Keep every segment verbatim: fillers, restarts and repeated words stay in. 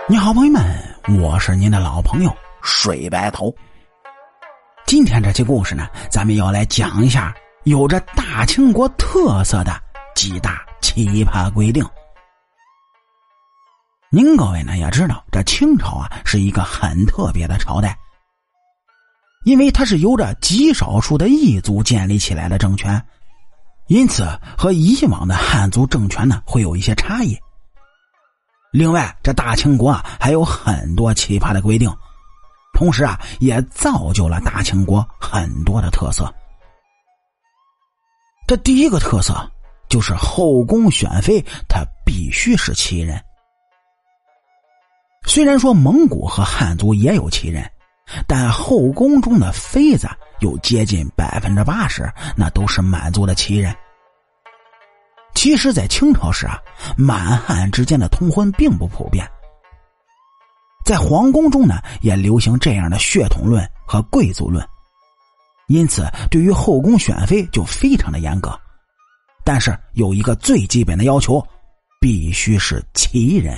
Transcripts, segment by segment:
你好朋友们，我是您的老朋友水白头。今天这期故事呢，咱们要来讲一下有着大清国特色的几大奇葩规定。您各位呢也知道，这清朝啊是一个很特别的朝代，因为它是由着极少数的异族建立起来的政权，因此和以往的汉族政权呢会有一些差异。另外，这大清国啊还有很多奇葩的规定，同时啊也造就了大清国很多的特色。这第一个特色就是后宫选妃它必须是旗人。虽然说蒙古和汉族也有旗人，但后宫中的妃子有接近百分之八十那都是满族的旗人。其实在清朝时啊，满汉之间的通婚并不普遍，在皇宫中呢也流行这样的血统论和贵族论，因此对于后宫选妃就非常的严格。但是有一个最基本的要求，必须是旗人。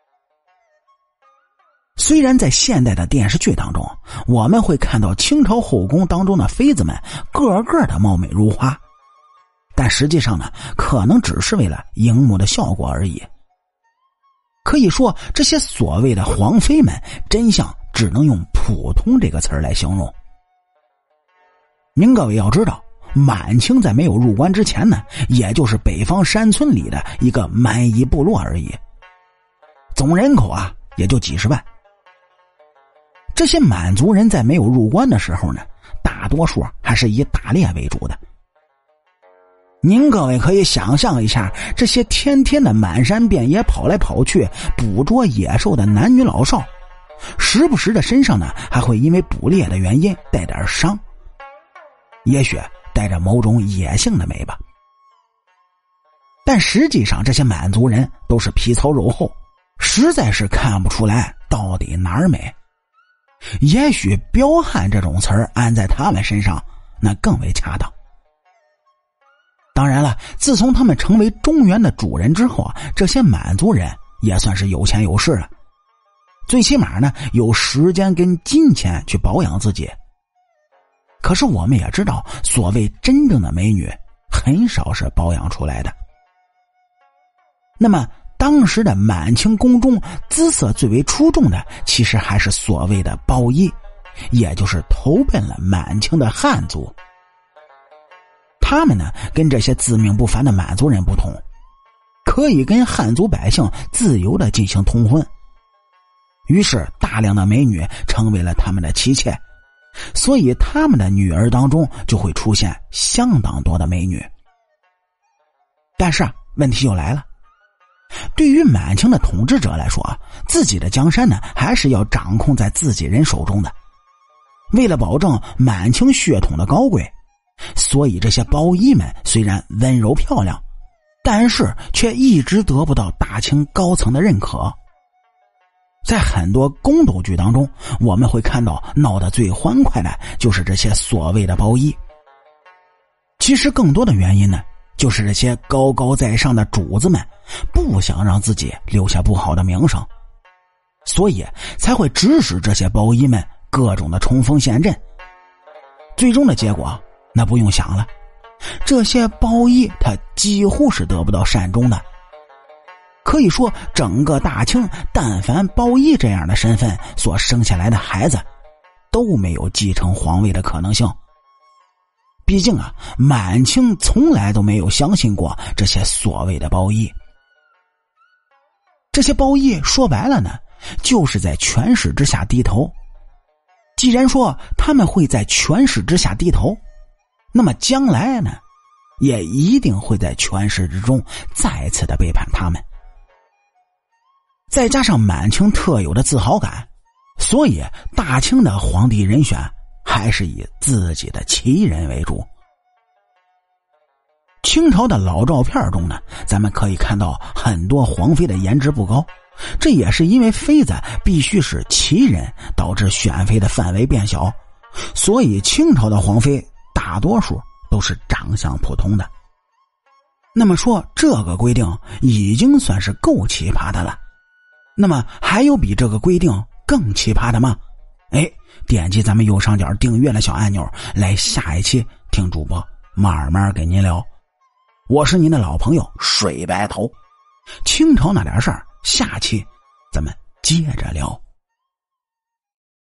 虽然在现代的电视剧当中，我们会看到清朝后宫当中的妃子们个个的貌美如花，但实际上呢，可能只是为了荧幕的效果而已。可以说，这些所谓的皇妃们，真相只能用普通这个词儿来形容。您各位要知道，满清在没有入关之前呢，也就是北方山村里的一个蛮夷部落而已，总人口啊也就几十万。这些满族人在没有入关的时候呢，大多数还是以打猎为主的。您各位可以想象一下，这些天天的满山遍野跑来跑去捕捉野兽的男女老少，时不时的身上呢还会因为捕猎的原因带点伤，也许带着某种野性的美吧。但实际上这些满族人都是皮糙肉厚，实在是看不出来到底哪儿美。也许彪悍这种词儿安在他们身上那更为恰当。当然了，自从他们成为中原的主人之后啊，这些满族人也算是有钱有势了，最起码呢有时间跟金钱去保养自己。可是我们也知道，所谓真正的美女很少是保养出来的。那么当时的满清宫中姿色最为出众的，其实还是所谓的包衣，也就是投奔了满清的汉族。他们呢跟这些自命不凡的满族人不同，可以跟汉族百姓自由地进行通婚，于是大量的美女成为了他们的妻妾，所以他们的女儿当中就会出现相当多的美女。但是啊，问题就来了，对于满清的统治者来说啊，自己的江山呢还是要掌控在自己人手中的。为了保证满清血统的高贵，所以这些包衣们虽然温柔漂亮，但是却一直得不到大清高层的认可。在很多宫斗剧当中，我们会看到闹得最欢快的就是这些所谓的包衣。其实更多的原因呢，就是这些高高在上的主子们不想让自己留下不好的名声，所以才会指使这些包衣们各种的冲锋陷阵。最终的结果那不用想了，这些包衣他几乎是得不到善终的。可以说整个大清但凡包衣这样的身份所生下来的孩子都没有继承皇位的可能性。毕竟啊，满清从来都没有相信过这些所谓的包衣。这些包衣说白了呢，就是在权势之下低头。既然说他们会在权势之下低头，那么将来呢，也一定会在权势之中再次的背叛他们。再加上满清特有的自豪感，所以大清的皇帝人选还是以自己的旗人为主。清朝的老照片中呢，咱们可以看到很多皇妃的颜值不高，这也是因为妃子必须是旗人，导致选妃的范围变小，所以清朝的皇妃大多数都是长相普通的。那么说这个规定已经算是够奇葩的了， 那么还有比这个规定更奇葩的吗？哎，点击咱们右上角订阅的小按钮，来下一期听主播慢慢给您聊。我是您的老朋友水白头，清朝那点事儿，下期咱们接着聊。